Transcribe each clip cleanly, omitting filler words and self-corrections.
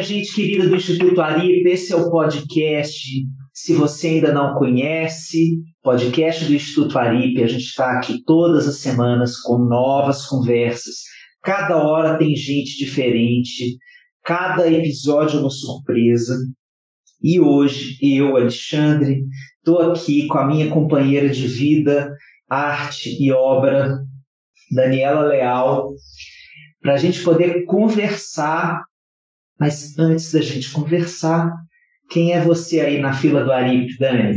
gente querida do Instituto Aripe, esse é o podcast. Se você ainda não conhece, podcast do Instituto Aripe, a gente está aqui todas as semanas com novas conversas. Cada hora tem gente diferente, cada episódio é uma surpresa. E hoje, eu, Alexandre, estou aqui com a minha companheira de vida, arte e obra, Daniela Leal, para a gente poder conversar. Mas antes da gente conversar, quem é você aí na fila do Aripe, Dani?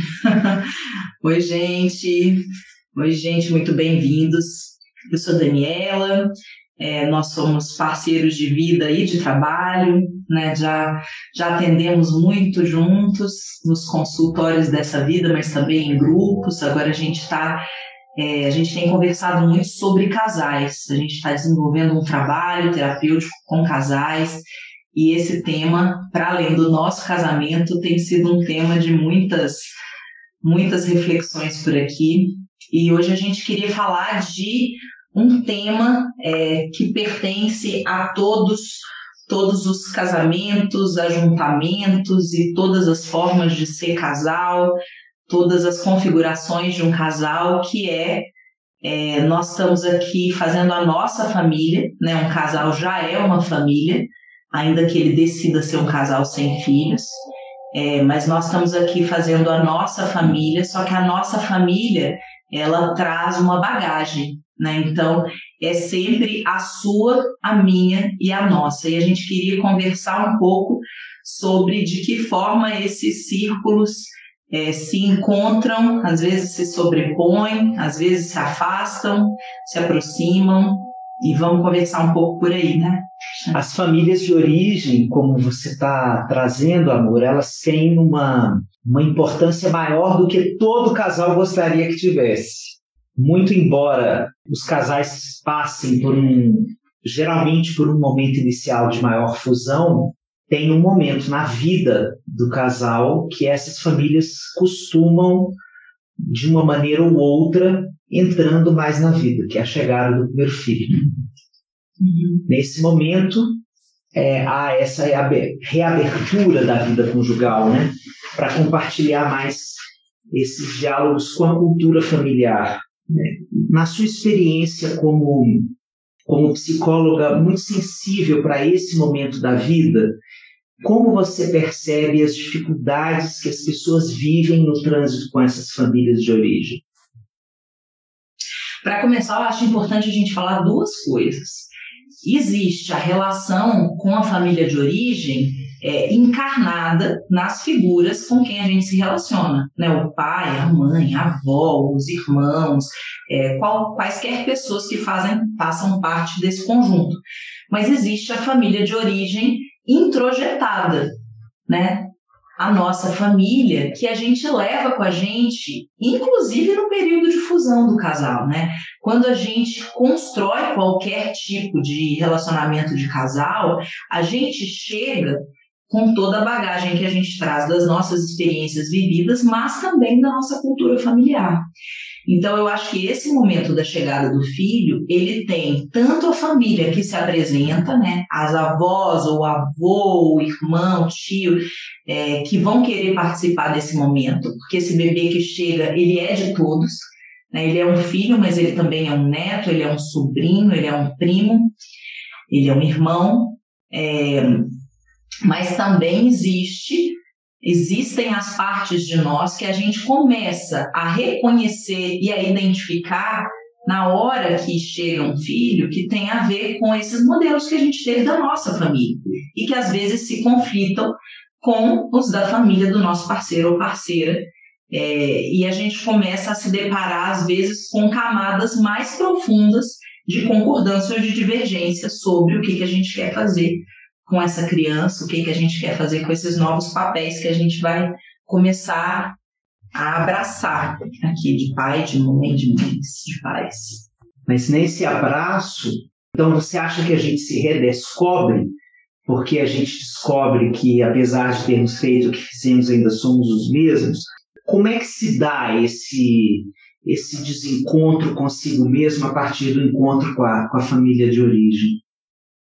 Oi, gente. Oi, gente, muito bem-vindos. Eu sou a Daniela, nós somos parceiros de vida e de trabalho, né? Já atendemos muito juntos nos consultórios dessa vida, mas também em grupos. Agora a gente tem conversado muito sobre casais. A gente está desenvolvendo um trabalho terapêutico com casais e esse tema, para além do nosso casamento, tem sido um tema de muitas reflexões por aqui. E hoje a gente queria falar de um tema que pertence a todos os casamentos, ajuntamentos e todas as formas de ser casal, todas as configurações de um casal, que nós estamos aqui fazendo a nossa família, né? Um casal já é uma família, ainda que ele decida ser um casal sem filhos, mas nós estamos aqui fazendo a nossa família, só que a nossa família, ela traz uma bagagem, né? Então, é sempre a sua, a minha e a nossa. E a gente queria conversar um pouco sobre de que forma esses círculos se encontram, às vezes se sobrepõem, às vezes se afastam, se aproximam, e vamos conversar um pouco por aí, né? As famílias de origem, como você está trazendo, amor, elas têm uma importância maior do que todo casal gostaria que tivesse. Muito embora os casais passem geralmente por um momento inicial de maior fusão, tem um momento na vida do casal que essas famílias costumam, de uma maneira ou outra, entrando mais na vida, que é a chegada do primeiro filho. Uhum. Nesse momento, há essa reabertura da vida conjugal, né? Para compartilhar mais esses diálogos com a cultura familiar. Né? Na sua experiência como psicóloga muito sensível para esse momento da vida, como você percebe as dificuldades que as pessoas vivem no trânsito com essas famílias de origem? Para começar, eu acho importante a gente falar duas coisas. Existe a relação com a família de origem encarnada nas figuras com quem a gente se relaciona, né? O pai, a mãe, a avó, os irmãos, quaisquer pessoas que façam parte desse conjunto. Mas existe a família de origem introjetada, né? A nossa família, que a gente leva com a gente, inclusive no período de fusão do casal, né? Quando a gente constrói qualquer tipo de relacionamento de casal, a gente chega com toda a bagagem que a gente traz das nossas experiências vividas, mas também da nossa cultura familiar. Então, eu acho que esse momento da chegada do filho, ele tem tanto a família que se apresenta, né? As avós, o avô, o irmão, o tio, que vão querer participar desse momento, porque esse bebê que chega, ele é de todos, né? Ele é um filho, mas ele também é um neto, ele é um sobrinho, ele é um primo, ele é um irmão, mas também existem as partes de nós que a gente começa a reconhecer e a identificar na hora que chega um filho, que tem a ver com esses modelos que a gente teve da nossa família e que às vezes se conflitam com os da família do nosso parceiro ou parceira, e a gente começa a se deparar às vezes com camadas mais profundas de concordância ou de divergência sobre o que a gente quer fazer com essa criança, o que a gente quer fazer com esses novos papéis que a gente vai começar a abraçar aqui, de pai, de mãe, de mães, de pais. Mas nesse abraço, então você acha que a gente se redescobre, porque a gente descobre que, apesar de termos feito o que fizemos, ainda somos os mesmos? Como é que se dá esse desencontro consigo mesmo a partir do encontro com a família de origem?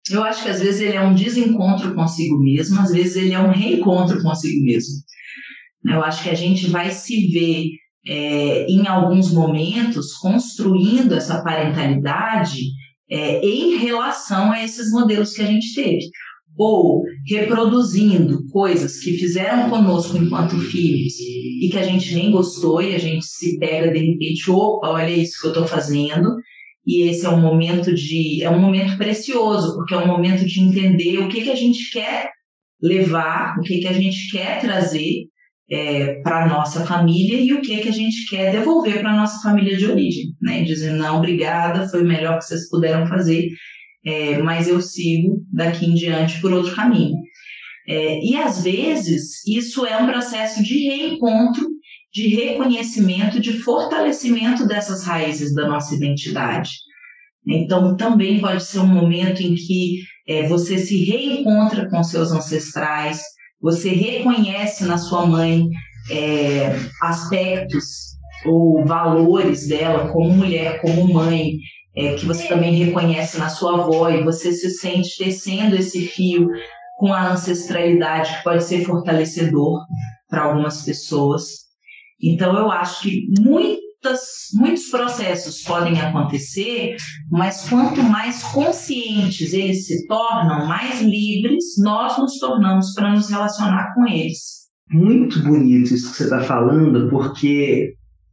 Eu acho que às vezes ele é um desencontro consigo mesmo, às vezes ele é um reencontro consigo mesmo. Eu acho que a gente vai se ver em alguns momentos construindo essa parentalidade em relação a esses modelos que a gente teve, ou reproduzindo coisas que fizeram conosco enquanto filhos e que a gente nem gostou e a gente se pega de repente, opa, olha isso que eu estou fazendo. E esse é um momento precioso, porque é um momento de entender o que a gente quer levar, o que a gente quer trazer para a nossa família e o que a gente quer devolver para a nossa família de origem, né? Dizer, não, obrigada, foi o melhor que vocês puderam fazer, mas eu sigo daqui em diante por outro caminho. E às vezes isso é um processo de reencontro, de reconhecimento, de fortalecimento dessas raízes da nossa identidade. Então, também pode ser um momento em que você se reencontra com seus ancestrais, você reconhece na sua mãe aspectos ou valores dela como mulher, como mãe, que você também reconhece na sua avó, e você se sente tecendo esse fio com a ancestralidade, que pode ser fortalecedor para algumas pessoas. Então, eu acho que muitos processos podem acontecer, mas quanto mais conscientes eles se tornam, mais livres nós nos tornamos para nos relacionar com eles. Muito bonito isso que você está falando, porque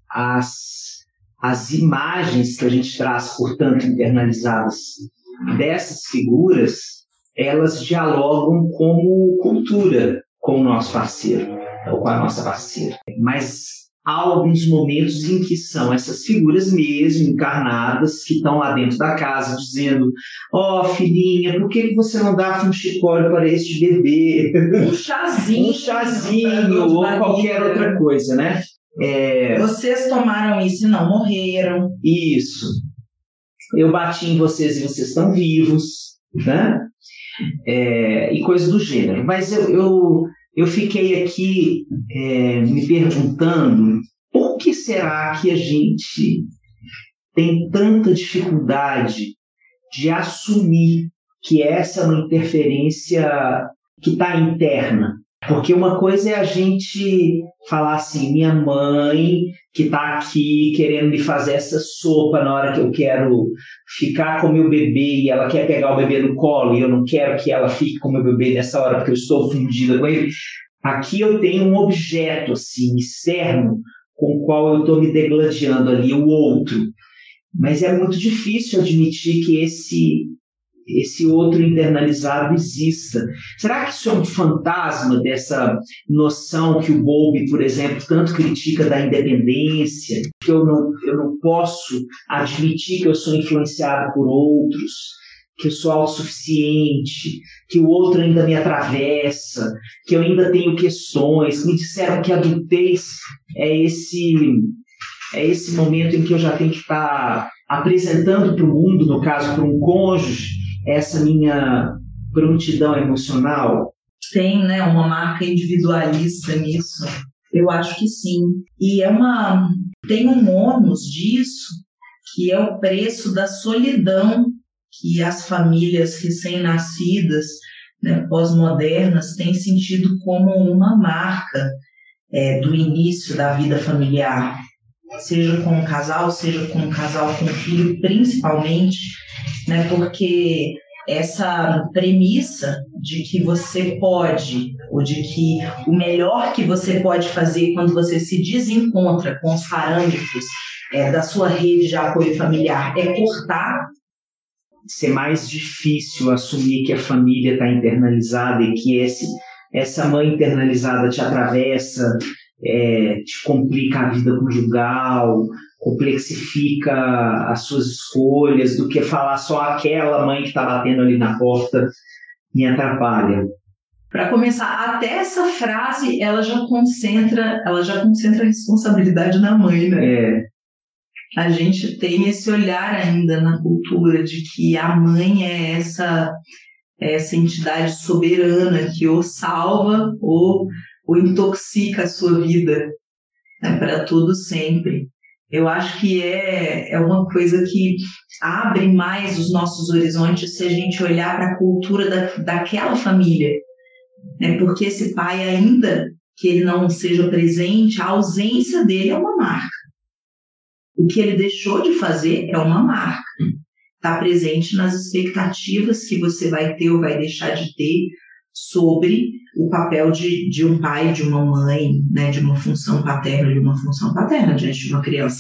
as imagens que a gente traz, portanto, internalizadas dessas figuras, elas dialogam como cultura com o nosso parceiro, ou com a nossa parceira. Mas há alguns momentos em que são essas figuras mesmo encarnadas que estão lá dentro da casa dizendo: ó, filhinha, por que você não dá um chicório para este bebê? Um chazinho ou qualquer outra coisa, né? Vocês tomaram isso e não morreram. Isso. Eu bati em vocês e vocês estão vivos, né? E coisas do gênero. Mas eu fiquei aqui me perguntando por que será que a gente tem tanta dificuldade de assumir que essa é uma interferência que está interna. Porque uma coisa é a gente falar assim, minha mãe que está aqui querendo me fazer essa sopa na hora que eu quero ficar com meu bebê e ela quer pegar o bebê no colo e eu não quero que ela fique com meu bebê nessa hora porque eu estou fundida com ele. Aqui eu tenho um objeto assim, externo com o qual eu estou me degladiando ali, o outro. Mas é muito difícil admitir que esse outro internalizado exista. Será que isso é um fantasma dessa noção que o Bowlby, por exemplo, tanto critica da independência, que eu não posso admitir que eu sou influenciado por outros, que eu sou autossuficiente, que o outro ainda me atravessa, que eu ainda tenho questões, me disseram que a adultez é esse momento em que eu já tenho que estar apresentando para o mundo, no caso, para um cônjuge, essa minha prontidão emocional? Tem, né, uma marca individualista nisso? Eu acho que sim. E tem um ônus disso, que é o preço da solidão que as famílias recém-nascidas, né, pós-modernas, têm sentido como uma marca do início da vida familiar. Seja com um casal, seja com um casal com filho, principalmente, né, porque essa premissa de que você pode, ou de que o melhor que você pode fazer quando você se desencontra com os parâmetros da sua rede de apoio familiar é cortar. Ser mais difícil assumir que a família está internalizada e que essa mãe internalizada te atravessa, te complica a vida conjugal, complexifica as suas escolhas, do que falar só aquela mãe que está batendo ali na porta me atrapalha. Para começar, até essa frase ela já concentra a responsabilidade na mãe, né? A gente tem esse olhar ainda na cultura de que a mãe é essa entidade soberana que ou salva ou intoxica a sua vida, né, para tudo sempre. Eu acho que é uma coisa que abre mais os nossos horizontes se a gente olhar para a cultura daquela família, né? Porque esse pai, ainda que ele não seja presente, a ausência dele é uma marca. O que ele deixou de fazer é uma marca. Está presente nas expectativas que você vai ter ou vai deixar de ter sobre o papel de um pai, de uma mãe, né, de uma função paterna, de uma função paterna diante de uma criança.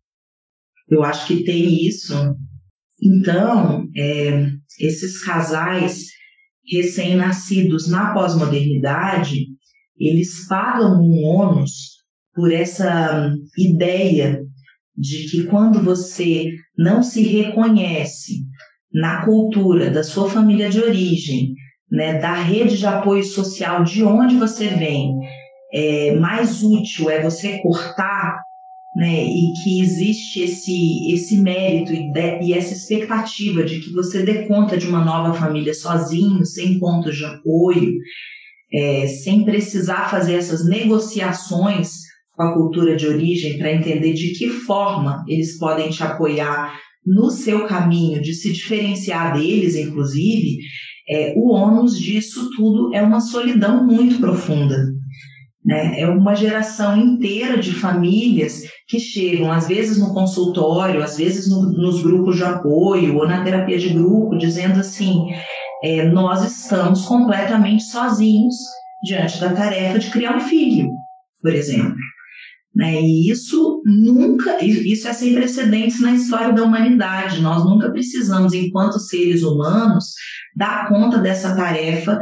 Eu acho que tem isso. Então, esses casais recém-nascidos na pós-modernidade, eles pagam um ônus por essa ideia de que quando você não se reconhece na cultura da sua família de origem, né, da rede de apoio social de onde você vem, mais útil é você cortar, né, e que existe esse mérito e essa expectativa de que você dê conta de uma nova família sozinho, sem pontos de apoio, sem precisar fazer essas negociações com a cultura de origem para entender de que forma eles podem te apoiar no seu caminho de se diferenciar deles, inclusive, o ônus disso tudo é uma solidão muito profunda, né? É uma geração inteira de famílias que chegam, às vezes no consultório, às vezes nos grupos de apoio ou na terapia de grupo, dizendo assim, nós estamos completamente sozinhos diante da tarefa de criar um filho, por exemplo. Né? E isso é sem precedentes na história da humanidade. Nós nunca precisamos, enquanto seres humanos, dar conta dessa tarefa,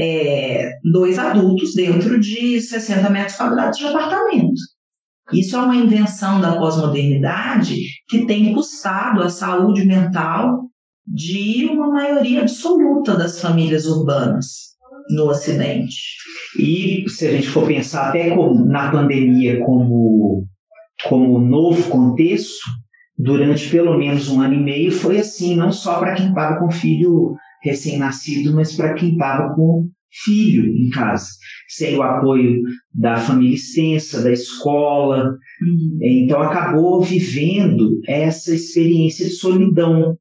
2 adultos dentro de 60 metros quadrados de apartamento. Isso é uma invenção da pós-modernidade que tem custado a saúde mental de uma maioria absoluta das famílias urbanas no Ocidente. E se a gente for pensar até na pandemia como novo contexto, durante pelo menos 1 ano e meio foi assim, não só para quem estava com filho recém-nascido, mas para quem estava com filho em casa, sem o apoio da família extensa, da escola. Então acabou vivendo essa experiência de solidão.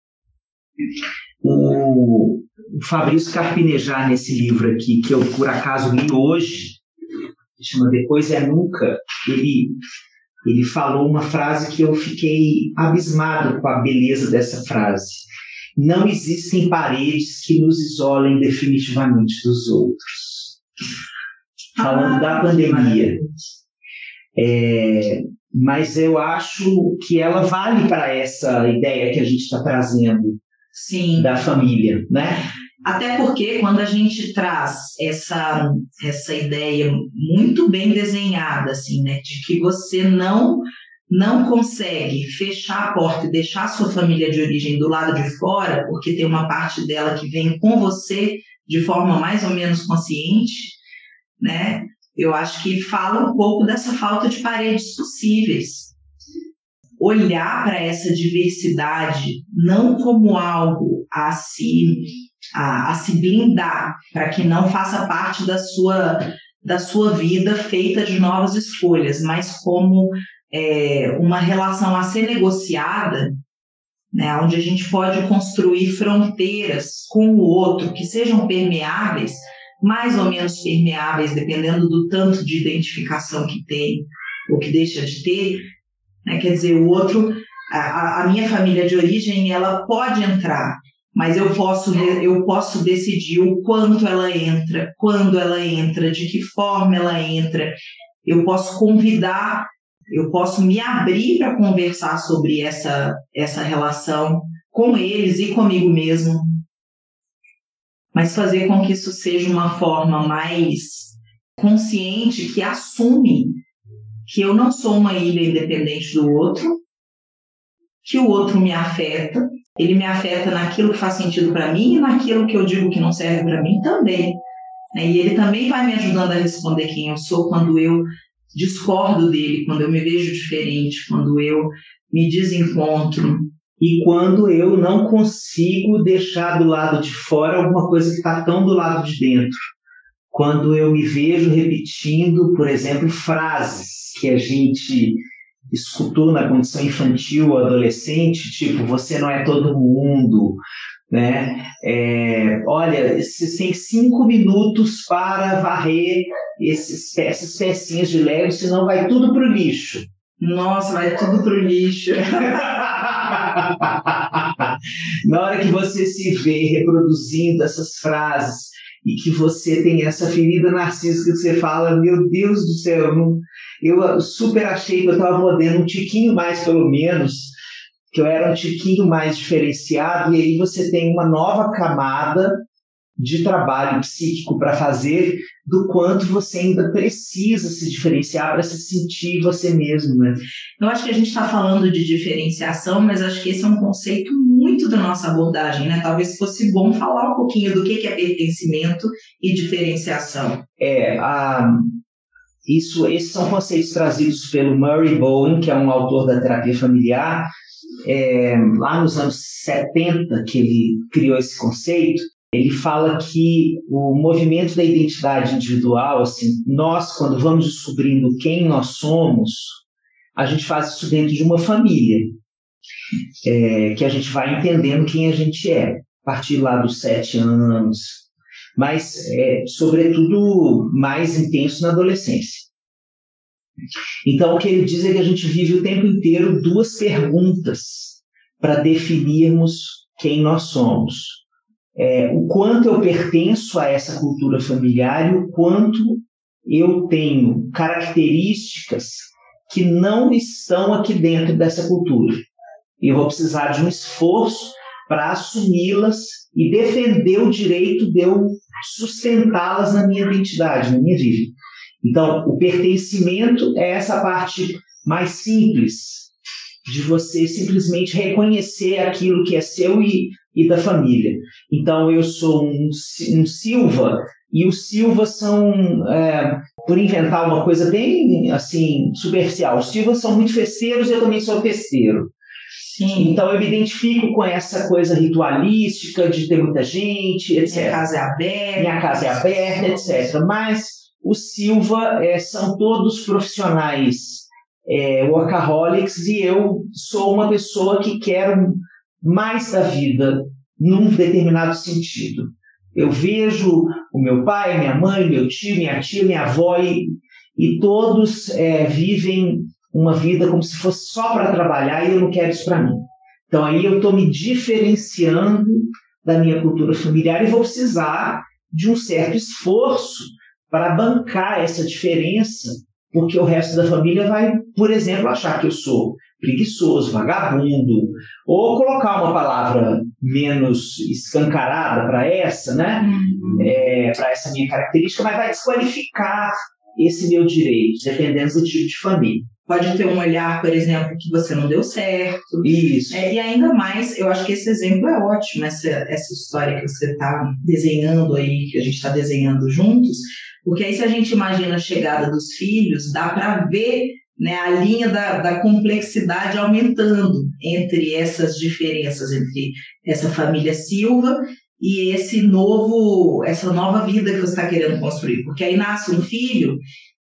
O Fabrício Carpinejar, nesse livro aqui, que eu por acaso li hoje, que chama Depois é Nunca, ele falou uma frase que eu fiquei abismado com a beleza dessa frase. Não existem paredes que nos isolem definitivamente dos outros. Falando da pandemia. Mas eu acho que ela vale para essa ideia que a gente está trazendo. Sim. Da família, né? Até porque quando a gente traz essa ideia muito bem desenhada, assim, né, de que você não consegue fechar a porta e deixar a sua família de origem do lado de fora, porque tem uma parte dela que vem com você de forma mais ou menos consciente, né? Eu acho que fala um pouco dessa falta de paredes possíveis. Olhar para essa diversidade não como algo a se blindar, para que não faça parte da sua vida feita de novas escolhas, mas como uma relação a ser negociada, né, onde a gente pode construir fronteiras com o outro que sejam permeáveis, mais ou menos permeáveis, dependendo do tanto de identificação que tem ou que deixa de ter. Quer dizer, o outro, a minha família de origem, ela pode entrar, mas eu posso decidir o quanto ela entra, quando ela entra, de que forma ela entra. Eu posso convidar, eu posso me abrir para conversar sobre essa relação com eles e comigo mesmo, mas fazer com que isso seja uma forma mais consciente, que assume que eu não sou uma ilha independente do outro, que o outro me afeta, ele me afeta naquilo que faz sentido para mim e naquilo que eu digo que não serve para mim também. E ele também vai me ajudando a responder quem eu sou quando eu discordo dele, quando eu me vejo diferente, quando eu me desencontro. E quando eu não consigo deixar do lado de fora alguma coisa que está tão do lado de dentro. Quando eu me vejo repetindo, por exemplo, frases que a gente escutou na condição infantil ou adolescente, tipo, você não é todo mundo, né? Olha, você tem 5 minutos para varrer essas pecinhas de Lego, senão vai tudo pro lixo. Nossa, vai tudo pro lixo. Na hora que você se vê reproduzindo essas frases e que você tem essa ferida narcísica que você fala, meu Deus do céu, eu super achei que eu estava podendo um tiquinho mais, pelo menos, que eu era um tiquinho mais diferenciado, e aí você tem uma nova camada de trabalho psíquico para fazer, do quanto você ainda precisa se diferenciar para se sentir você mesmo, né? Eu acho que a gente está falando de diferenciação, mas acho que esse é um conceito muito da nossa abordagem, né? Talvez fosse bom falar um pouquinho do que é pertencimento e diferenciação. Esses são conceitos trazidos pelo Murray Bowen, que é um autor da terapia familiar, lá nos anos 70 que ele criou esse conceito. Ele fala que o movimento da identidade individual, assim, nós, quando vamos descobrindo quem nós somos, a gente faz isso dentro de uma família, que a gente vai entendendo quem a gente é, a partir lá dos 7 anos, mas, sobretudo, mais intenso na adolescência. Então, o que ele diz é que a gente vive o tempo inteiro 2 perguntas para definirmos quem nós somos. O quanto eu pertenço a essa cultura familiar e o quanto eu tenho características que não estão aqui dentro dessa cultura. Eu vou precisar de um esforço para assumi-las e defender o direito de eu sustentá-las na minha identidade, na minha vida. Então, o pertencimento é essa parte mais simples de você simplesmente reconhecer aquilo que é seu e da família. Então, eu sou um Silva, e os Silvas são, por inventar uma coisa bem assim, superficial, os Silvas são muito festeiros e eu também sou festeiro. Sim. Então, eu me identifico com essa coisa ritualística de ter muita gente, etc. Minha casa é aberta, etc. Mas os Silva são todos profissionais workaholics, e eu sou uma pessoa que quero mais da vida num determinado sentido. Eu vejo o meu pai, minha mãe, meu tio, minha tia, minha avó, e todos vivem uma vida como se fosse só para trabalhar, e eu não quero isso para mim. Então aí eu estou me diferenciando da minha cultura familiar e vou precisar de um certo esforço para bancar essa diferença, porque o resto da família vai, por exemplo, achar que eu sou preguiçoso, vagabundo, ou colocar uma palavra menos escancarada para essa, né? Para essa minha característica, mas vai desqualificar esse meu direito, dependendo do tipo de família. Pode ter um olhar, por exemplo, que você não deu certo. Isso. E ainda mais, eu acho que esse exemplo é ótimo, essa história que você está desenhando aí, que a gente está desenhando juntos, porque aí se a gente imagina a chegada dos filhos, dá para ver, né, a linha da complexidade aumentando entre essas diferenças, entre essa família Silva e essa nova vida que você está querendo construir. Porque aí nasce um filho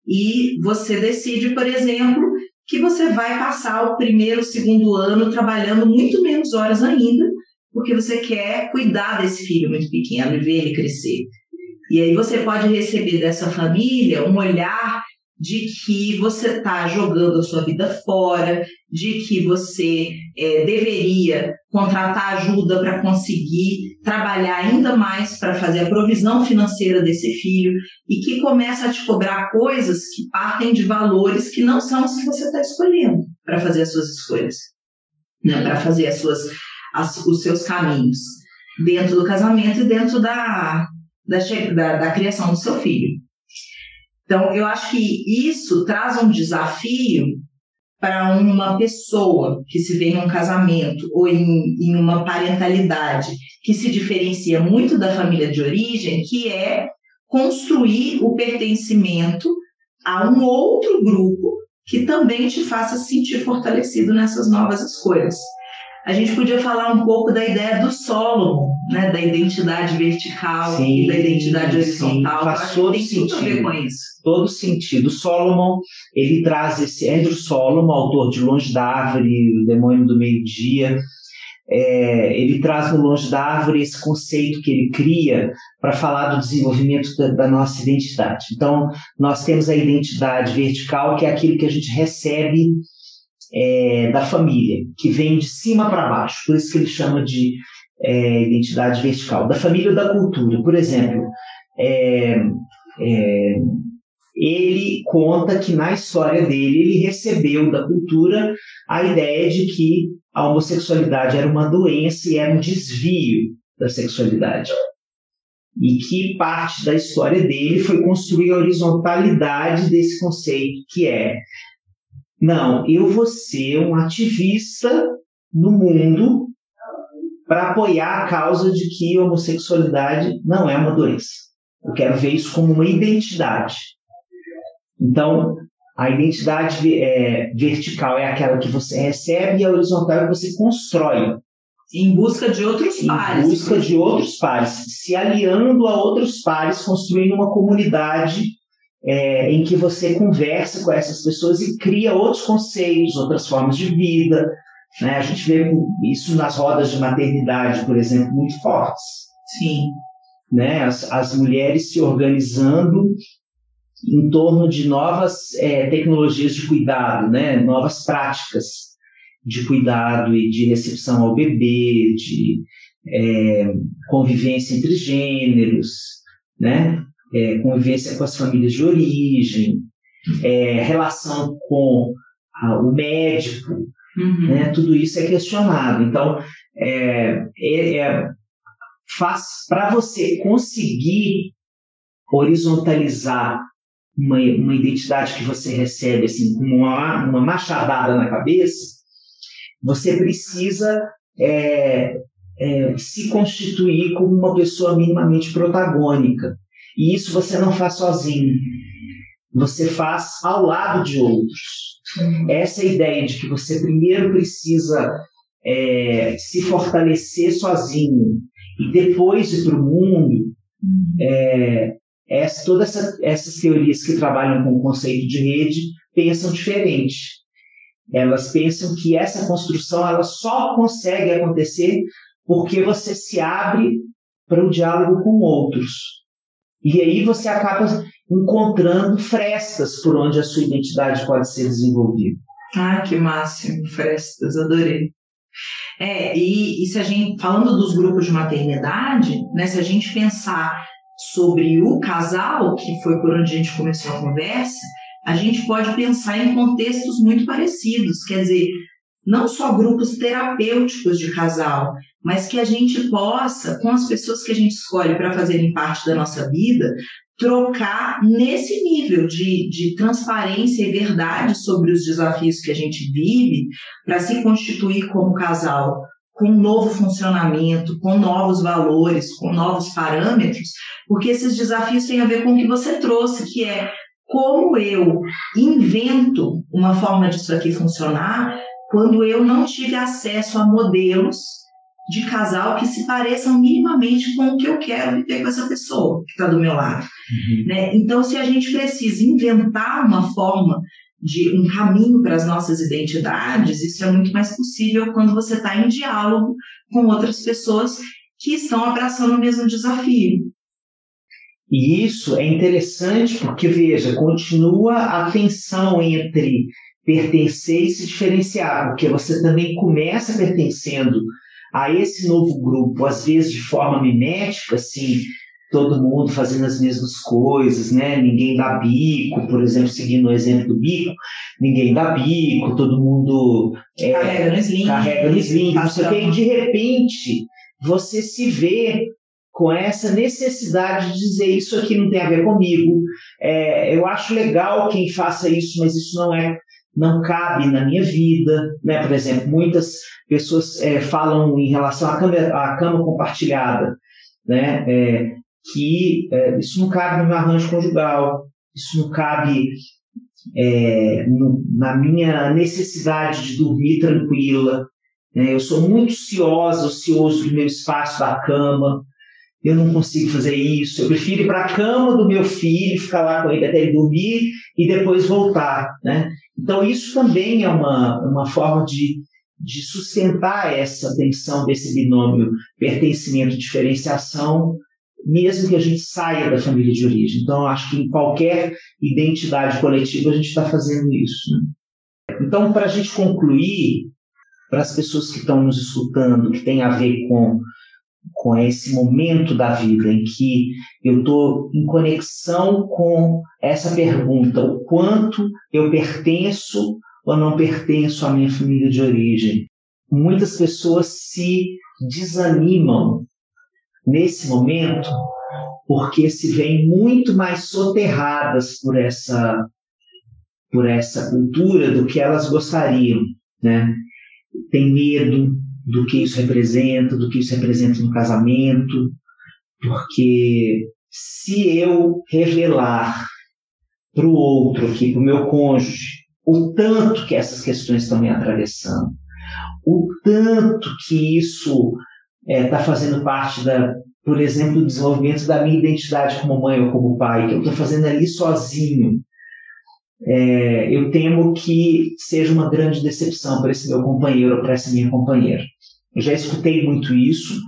e você decide, por exemplo, que você vai passar o 1º, 2º ano trabalhando muito menos horas ainda, porque você quer cuidar desse filho muito pequeno e ver ele crescer. E aí você pode receber dessa família um olhar de que você está jogando a sua vida fora, de que você deveria contratar ajuda para conseguir trabalhar ainda mais para fazer a provisão financeira desse filho, e que começa a te cobrar coisas que partem de valores que não são os que você está escolhendo para fazer as suas escolhas, né? Para fazer os seus caminhos dentro do casamento e dentro da criação do seu filho. Então, eu acho que isso traz um desafio para uma pessoa que se vê em um casamento ou em uma parentalidade que se diferencia muito da família de origem, que é construir o pertencimento a um outro grupo que também te faça se sentir fortalecido nessas novas escolhas. A gente podia falar um pouco da ideia do Solomon, né, da identidade vertical e da identidade horizontal. Faz todo sentido. Tudo a ver com isso. Todo sentido. O Solomon, ele traz esse Andrew Solomon, autor de Longe da Árvore, O Demônio do Meio-Dia. Ele traz no Longe da Árvore esse conceito que ele cria para falar do desenvolvimento da nossa identidade. Então, nós temos a identidade vertical, que é aquilo que a gente recebe da família, que vem de cima para baixo, por isso que ele chama de identidade vertical, da família ou da cultura. Por exemplo, ele conta que na história dele, ele recebeu da cultura a ideia de que a homossexualidade era uma doença e era um desvio da sexualidade. E que parte da história dele foi construir a horizontalidade desse conceito, que não, eu vou ser um ativista no mundo para apoiar a causa de que a homossexualidade não é uma doença. Eu quero ver isso como uma identidade. Então, a identidade vertical é aquela que você recebe e a horizontal é que você constrói. Em busca de outros pares. Em busca de outros pares, se aliando a outros pares, construindo uma comunidade em que você conversa com essas pessoas e cria outros conceitos, outras formas de vida. Né? A gente vê isso nas rodas de maternidade, por exemplo, muito fortes. Sim. Né? As mulheres se organizando em torno de novas tecnologias de cuidado, né? Novas práticas de cuidado e de recepção ao bebê, de convivência entre gêneros, né? Convivência com as famílias de origem, relação com o médico, né? Tudo isso é questionado. Então, para você conseguir horizontalizar uma identidade que você recebe assim, com uma machadada na cabeça, você precisa se constituir como uma pessoa minimamente protagônica. E isso você não faz sozinho. Você faz ao lado de outros. Essa ideia de que você primeiro precisa se fortalecer sozinho e depois ir para o mundo, todas essas teorias que trabalham com o conceito de rede pensam diferente. Elas pensam que essa construção ela só consegue acontecer porque você se abre para o diálogo com outros. E aí você acaba encontrando frestas por onde a sua identidade pode ser desenvolvida. Ah, que máximo, frestas, adorei. E se a gente, falando dos grupos de maternidade, né, se a gente pensar sobre o casal, que foi por onde a gente começou a conversa, a gente pode pensar em contextos muito parecidos, quer dizer, não só grupos terapêuticos de casal, mas que a gente possa, com as pessoas que a gente escolhe para fazerem parte da nossa vida, trocar nesse nível de transparência e verdade sobre os desafios que a gente vive para se constituir como casal, com um novo funcionamento, com novos valores, com novos parâmetros, porque esses desafios têm a ver com o que você trouxe, que é como eu invento uma forma disso aqui funcionar quando eu não tive acesso a modelos de casal que se pareçam minimamente com o que eu quero viver com essa pessoa que está do meu lado. Né? Então, se a gente precisa inventar uma forma de um caminho para as nossas identidades, isso é muito mais possível quando você está em diálogo com outras pessoas que estão abraçando o mesmo desafio. E isso é interessante porque, veja, continua a tensão entre pertencer e se diferenciar, porque você também começa pertencendo a esse novo grupo, às vezes de forma mimética, assim, todo mundo fazendo as mesmas coisas, né? Ninguém dá bico, por exemplo, seguindo o exemplo do bico, ninguém dá bico, todo mundo carrega no sling, não sei o quê, e de repente você se vê com essa necessidade de dizer isso aqui não tem a ver comigo, eu acho legal quem faça isso, mas isso não cabe na minha vida, né? Por exemplo, muitas pessoas falam em relação à cama compartilhada, né? Que isso não cabe no meu arranjo conjugal, isso não cabe na minha necessidade de dormir tranquila, né? Eu sou muito ocioso do meu espaço da cama, eu não consigo fazer isso, eu prefiro ir para a cama do meu filho, ficar lá com ele até ele dormir e depois voltar, né? Então isso também é uma forma de sustentar essa tensão desse binômio pertencimento-diferenciação, mesmo que a gente saia da família de origem. Então, eu acho que em qualquer identidade coletiva a gente está fazendo isso, né? Então, para a gente concluir, para as pessoas que estão nos escutando, que tem a ver com esse momento da vida em que eu estou em conexão com essa pergunta, o quanto eu pertenço ou não pertenço à minha família de origem. Muitas pessoas se desanimam nesse momento porque se veem muito mais soterradas por essa cultura do que elas gostariam, né? Tem medo do que isso representa no casamento, porque se eu revelar para o outro, aqui, para o meu cônjuge, o tanto que essas questões estão me atravessando, o tanto que isso está fazendo parte, por exemplo, do desenvolvimento da minha identidade como mãe ou como pai, que eu estou fazendo ali sozinho, eu temo que seja uma grande decepção para esse meu companheiro ou para essa minha companheira. Eu já escutei muito isso,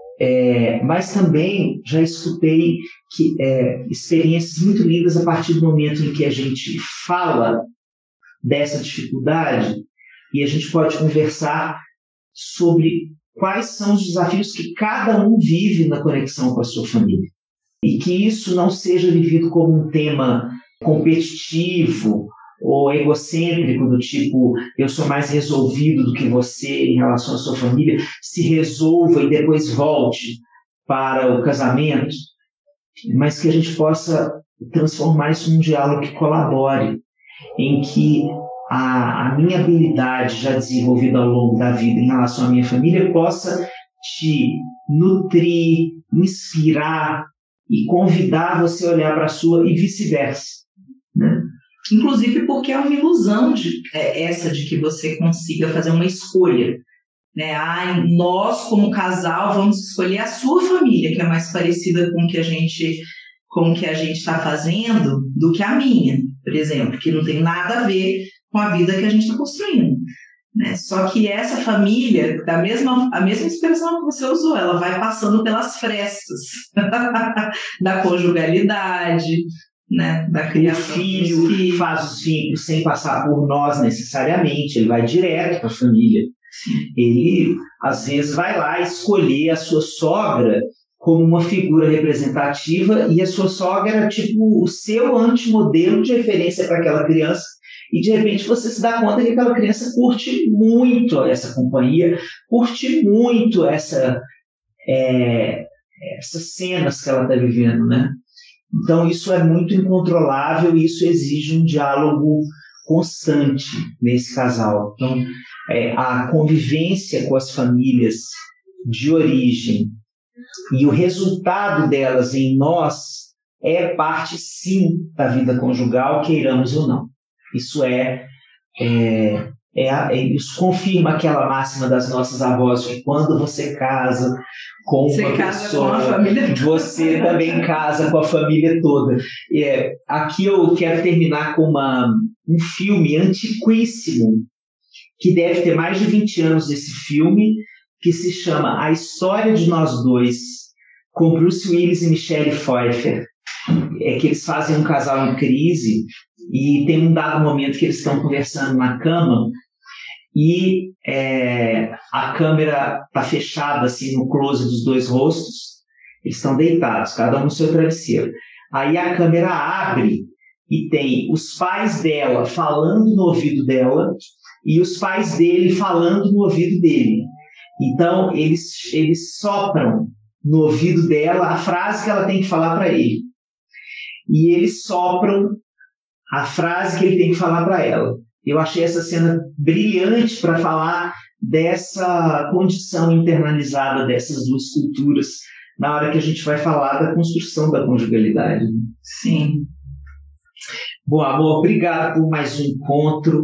mas também já escutei experiências muito lindas a partir do momento em que a gente fala dessa dificuldade e a gente pode conversar sobre quais são os desafios que cada um vive na conexão com a sua família. E que isso não seja vivido como um tema competitivo ou egocêntrico, do tipo, eu sou mais resolvido do que você em relação à sua família, se resolva e depois volte para o casamento, mas que a gente possa transformar isso num diálogo que colabore, em que a minha habilidade já desenvolvida ao longo da vida em relação à minha família possa te nutrir, inspirar e convidar você a olhar para a sua e vice-versa, né? Inclusive porque é uma ilusão essa de que você consiga fazer uma escolha, né? Nós, como casal, vamos escolher a sua família, que é mais parecida com o que a gente está fazendo, do que a minha, por exemplo, que não tem nada a ver com a vida que a gente está construindo, né? Só que essa família, a mesma expressão que você usou, ela vai passando pelas frestas da conjugalidade, né? Da criação. O filho faz os filhos sem passar por nós necessariamente, ele vai direto para a família. Ele, às vezes, vai lá escolher a sua sogra como uma figura representativa e a sua sogra era tipo o seu antimodelo de referência para aquela criança. E, de repente, você se dá conta que aquela criança curte muito essa companhia, curte muito essas cenas que ela está vivendo, né? Então, isso é muito incontrolável e isso exige um diálogo constante nesse casal. Então, a convivência com as famílias de origem e o resultado delas em nós é parte, sim, da vida conjugal, queiramos ou não. Isso isso confirma aquela máxima das nossas avós de quando você casa com uma pessoa, você também casa com a família toda. Aqui eu quero terminar com um filme antiquíssimo, que deve ter mais de 20 anos esse filme, que se chama A História de Nós Dois, com Bruce Willis e Michelle Pfeiffer, que eles fazem um casal em crise e tem um dado momento que eles estão conversando na cama e a câmera está fechada assim, no close dos dois rostos, eles estão deitados, cada um no seu travesseiro. Aí a câmera abre e tem os pais dela falando no ouvido dela e os pais dele falando no ouvido dele. Então, eles sopram no ouvido dela a frase que ela tem que falar para ele. E eles sopram a frase que ele tem que falar para ela. Eu achei essa cena brilhante para falar dessa condição internalizada dessas duas culturas na hora que a gente vai falar da construção da conjugalidade. Sim. Bom, amor, obrigado por mais um encontro.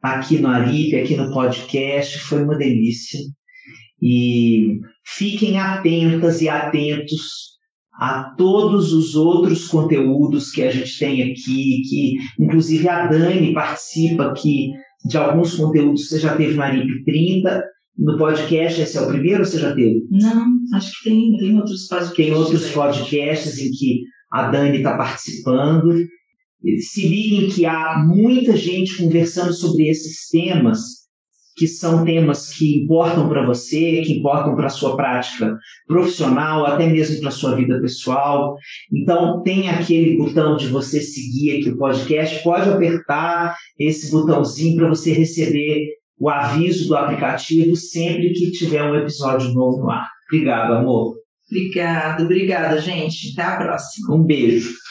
aqui no Arip, aqui no podcast, foi uma delícia. E fiquem atentas e atentos a todos os outros conteúdos que a gente tem aqui, que inclusive a Dani participa aqui de alguns conteúdos. Você já teve no Arip 30, no podcast, esse é o primeiro ou você já teve? Não, acho que tem outros podcasts. Tem outros podcasts em que a Dani está participando. Se liguem que há muita gente conversando sobre esses temas, que são temas que importam para você, que importam para a sua prática profissional, até mesmo para a sua vida pessoal. Então, tem aquele botão de você seguir aqui o podcast, pode apertar esse botãozinho para você receber o aviso do aplicativo sempre que tiver um episódio novo no ar. Obrigado, amor. Obrigada, gente. Até a próxima. Um beijo.